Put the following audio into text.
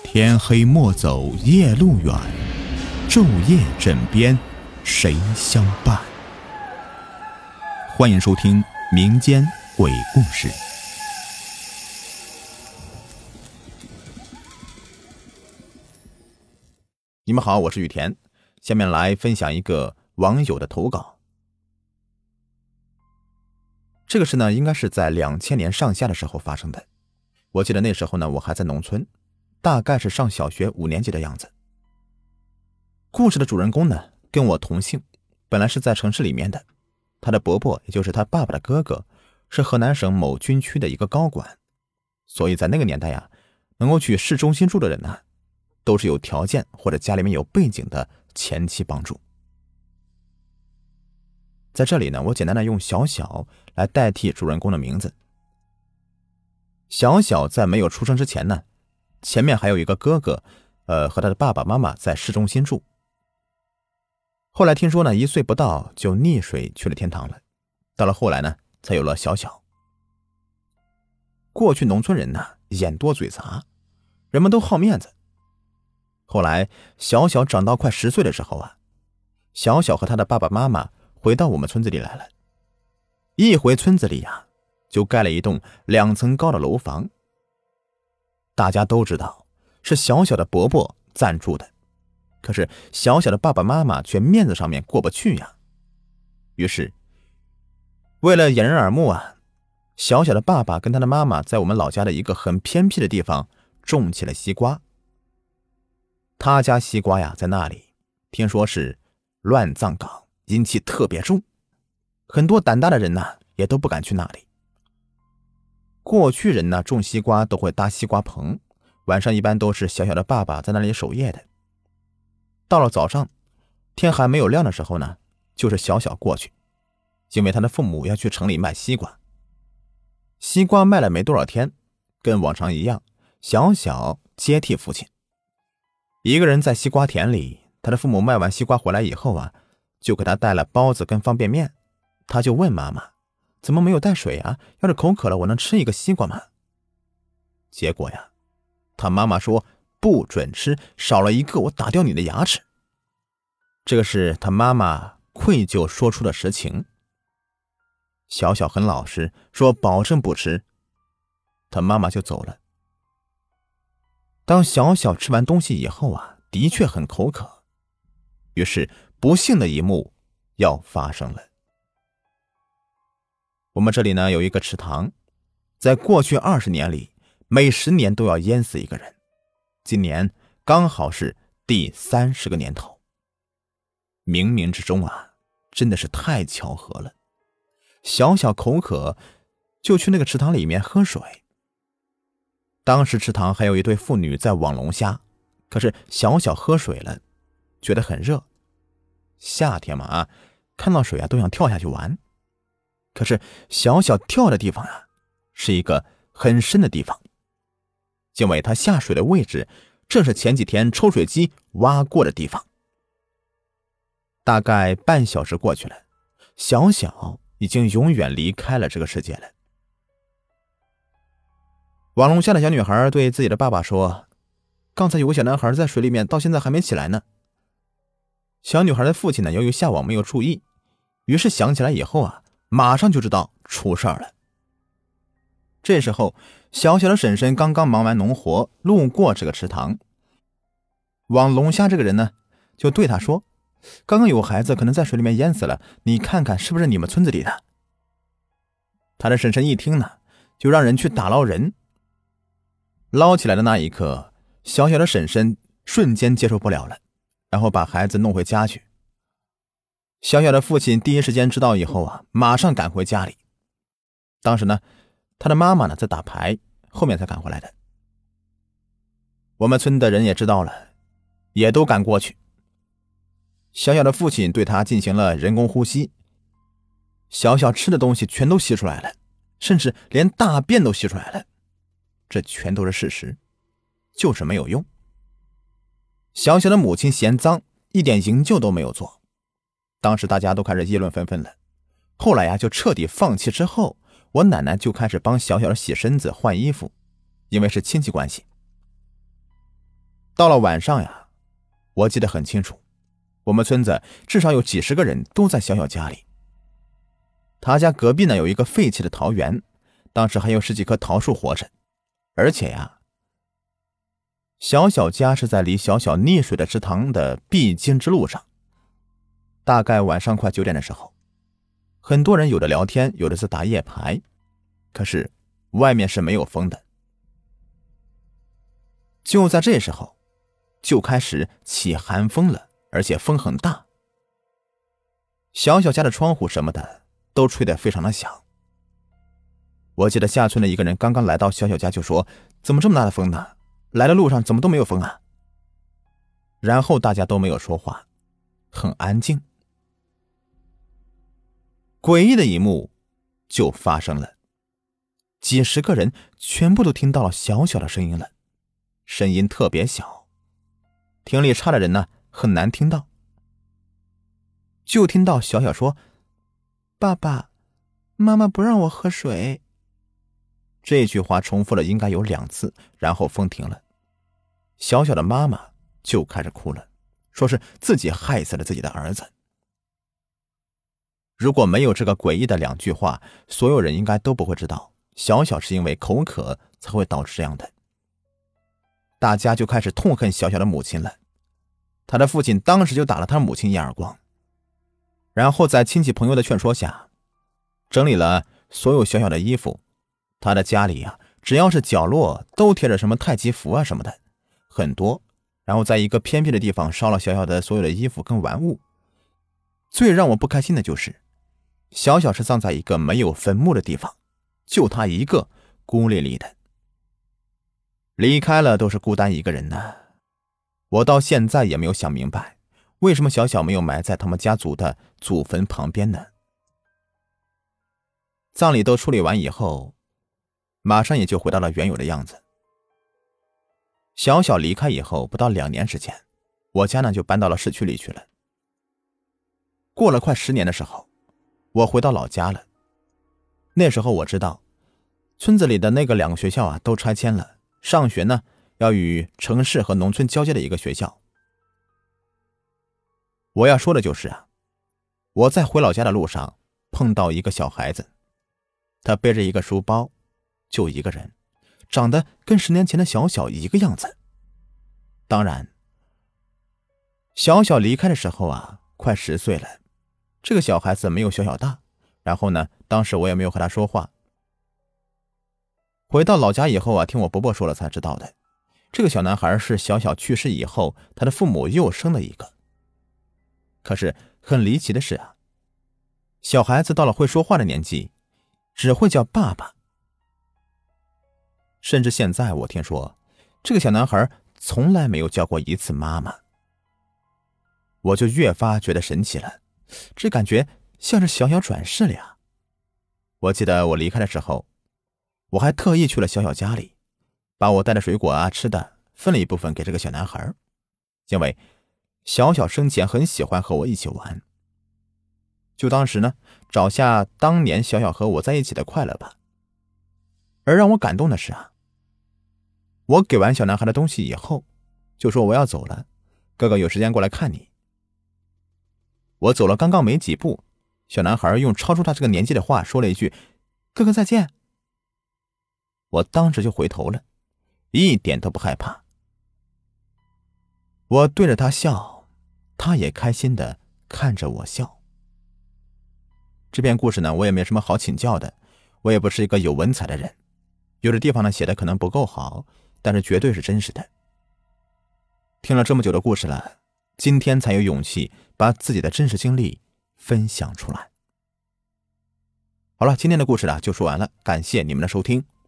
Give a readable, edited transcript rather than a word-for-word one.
天黑莫走夜路远，昼夜枕边谁相伴？欢迎收听民间鬼故事。你们好，我是雨田，下面来分享一个网友的投稿。这个事呢，应该是在2000年上下的时候发生的。我记得那时候呢，我还在农村，大概是上小学5年级的样子。故事的主人公呢，跟我同姓，本来是在城市里面的。他的伯伯，也就是他爸爸的哥哥，是河南省某军区的一个高管，所以在那个年代呀，能够去市中心住的人呢，都是有条件或者家里面有背景的前期帮助。在这里呢，我简单的用小小来代替主人公的名字。小小在没有出生之前呢，前面还有一个哥哥，和他的爸爸妈妈在市中心住。后来听说呢，1岁不到就溺水去了天堂了。到了后来呢，才有了小小。过去农村人呢，眼多嘴杂，人们都好面子。后来小小长到快10岁的时候啊，小小和他的爸爸妈妈回到我们村子里来了。一回村子里啊，就盖了一栋2层高的楼房。大家都知道是小小的伯伯赞助的，可是小小的爸爸妈妈却面子上面过不去呀。于是为了掩人耳目啊，小小的爸爸跟他的妈妈在我们老家的一个很偏僻的地方种起了西瓜。他家西瓜呀，在那里听说是乱葬岗，阴气特别重，很多胆大的人呢，也都不敢去那里。过去人呢，种西瓜都会搭西瓜棚，晚上一般都是小小的爸爸在那里守夜的。到了早上，天还没有亮的时候呢，就是小小过去，因为他的父母要去城里卖西瓜。西瓜卖了没多少天，跟往常一样，小小接替父亲。一个人在西瓜田里，他的父母卖完西瓜回来以后啊，就给他带了包子跟方便面。他就问妈妈，怎么没有带水啊？要是口渴了，我能吃一个西瓜吗？结果呀，他妈妈说不准吃，少了一个我打掉你的牙齿。这个是他妈妈愧疚说出的实情。小小很老实，说保证不吃，他妈妈就走了。当小小吃完东西以后啊，的确很口渴，于是不幸的一幕要发生了。我们这里呢，有一个池塘，在过去20年里，每10年都要淹死一个人，今年刚好是第30个年头。冥冥之中啊，真的是太巧合了。小小口渴，就去那个池塘里面喝水。当时池塘还有一对妇女在网龙虾，可是小小喝水了，觉得很热。夏天嘛啊，看到水啊都想跳下去玩。可是小小跳的地方啊，是一个很深的地方，因为他下水的位置正是前几天抽水机挖过的地方。大概半小时过去了，小小已经永远离开了这个世界了。网龙虾的小女孩对自己的爸爸说，刚才有个小男孩在水里面，到现在还没起来呢。小女孩的父亲呢，由于下网没有注意，于是想起来以后啊，马上就知道出事了。这时候小小的婶婶刚刚忙完农活，路过这个池塘。网龙虾这个人呢，就对他说，刚刚有个孩子可能在水里面淹死了，你看看是不是你们村子里的。他的婶婶一听呢，就让人去打捞人。捞起来的那一刻，小小的婶婶瞬间接受不了了，然后把孩子弄回家去。小小的父亲第一时间知道以后啊，马上赶回家里。当时呢，他的妈妈呢在打牌，后面才赶回来的。我们村的人也知道了，也都赶过去。小小的父亲对他进行了人工呼吸，小小吃的东西全都吸出来了，甚至连大便都吸出来了。这全都是事实，就是没有用。小小的母亲嫌脏，一点营救都没有做。当时大家都开始议论纷纷了。后来呀，就彻底放弃之后，我奶奶就开始帮小小的洗身子换衣服，因为是亲戚关系。 到了晚上呀，我记得很清楚，我们村子至少有几十个人都在小小家里。他家隔壁呢有一个废弃的桃园，当时还有10几棵桃树活着，而且呀，小小家是在离小小溺水的池塘的必经之路上。大概晚上快9点的时候，很多人有的聊天，有的是打夜牌，可是外面是没有风的。就在这时候，就开始起寒风了，而且风很大。小小家的窗户什么的都吹得非常的响。我记得下村的一个人刚刚来到小小家就说：“怎么这么大的风呢？来的路上怎么都没有风啊？”然后大家都没有说话，很安静。诡异的一幕就发生了，几十个人全部都听到了小小的声音了，声音特别小，听力差的人呢很难听到。就听到小小说：“爸爸，妈妈不让我喝水。”这句话重复了应该有2次，然后风停了。小小的妈妈就开始哭了，说是自己害死了自己的儿子。如果没有这个诡异的2句话，所有人应该都不会知道小小是因为口渴才会导致这样的。大家就开始痛恨小小的母亲了，他的父亲当时就打了他母亲1耳光，然后在亲戚朋友的劝说下，整理了所有小小的衣服。他的家里只要是角落都贴着什么太极符啊什么的，很多，然后在一个偏僻的地方烧了小小的所有的衣服跟玩物。最让我不开心的就是小小是葬在一个没有坟墓的地方，就他一个孤零零的，离开了都是孤单一个人呢。我到现在也没有想明白，为什么小小没有埋在他们家族的祖坟旁边呢？葬礼都处理完以后，马上也就回到了原有的样子。小小离开以后不到2年时间，我家呢就搬到了市区里去了。过了快10年的时候，我回到老家了。那时候我知道村子里的那个2个学校都拆迁了，上学呢要与城市和农村交接的一个学校。我要说的就是我在回老家的路上碰到一个小孩子，他背着一个书包，就一个人，长得跟10年前的小小一个样子。当然小小离开的时候快10岁了，这个小孩子没有小小大，然后呢当时我也没有和他说话。回到老家以后听我伯伯说了才知道的，这个小男孩是小小去世以后他的父母又生了一个。可是很离奇的是小孩子到了会说话的年纪，只会叫爸爸。甚至现在我听说这个小男孩从来没有叫过1次妈妈。我就越发觉得神奇了，这感觉像是小小转世了我记得我离开的时候，我还特意去了小小家里，把我带的水果吃的分了一部分给这个小男孩，因为小小生前很喜欢和我一起玩。就当时呢找下当年小小和我在一起的快乐吧。而让我感动的是我给完小男孩的东西以后就说我要走了，哥哥有时间过来看你。我走了刚刚没几步，小男孩用超出他这个年纪的话说了一句：“哥哥再见。”我当时就回头了，一点都不害怕。我对着他笑，他也开心的看着我笑。这篇故事呢，我也没什么好请教的，我也不是一个有文采的人，有的地方呢写的可能不够好，但是绝对是真实的。听了这么久的故事了，今天才有勇气把自己的真实经历分享出来。好了，今天的故事就说完了，感谢你们的收听。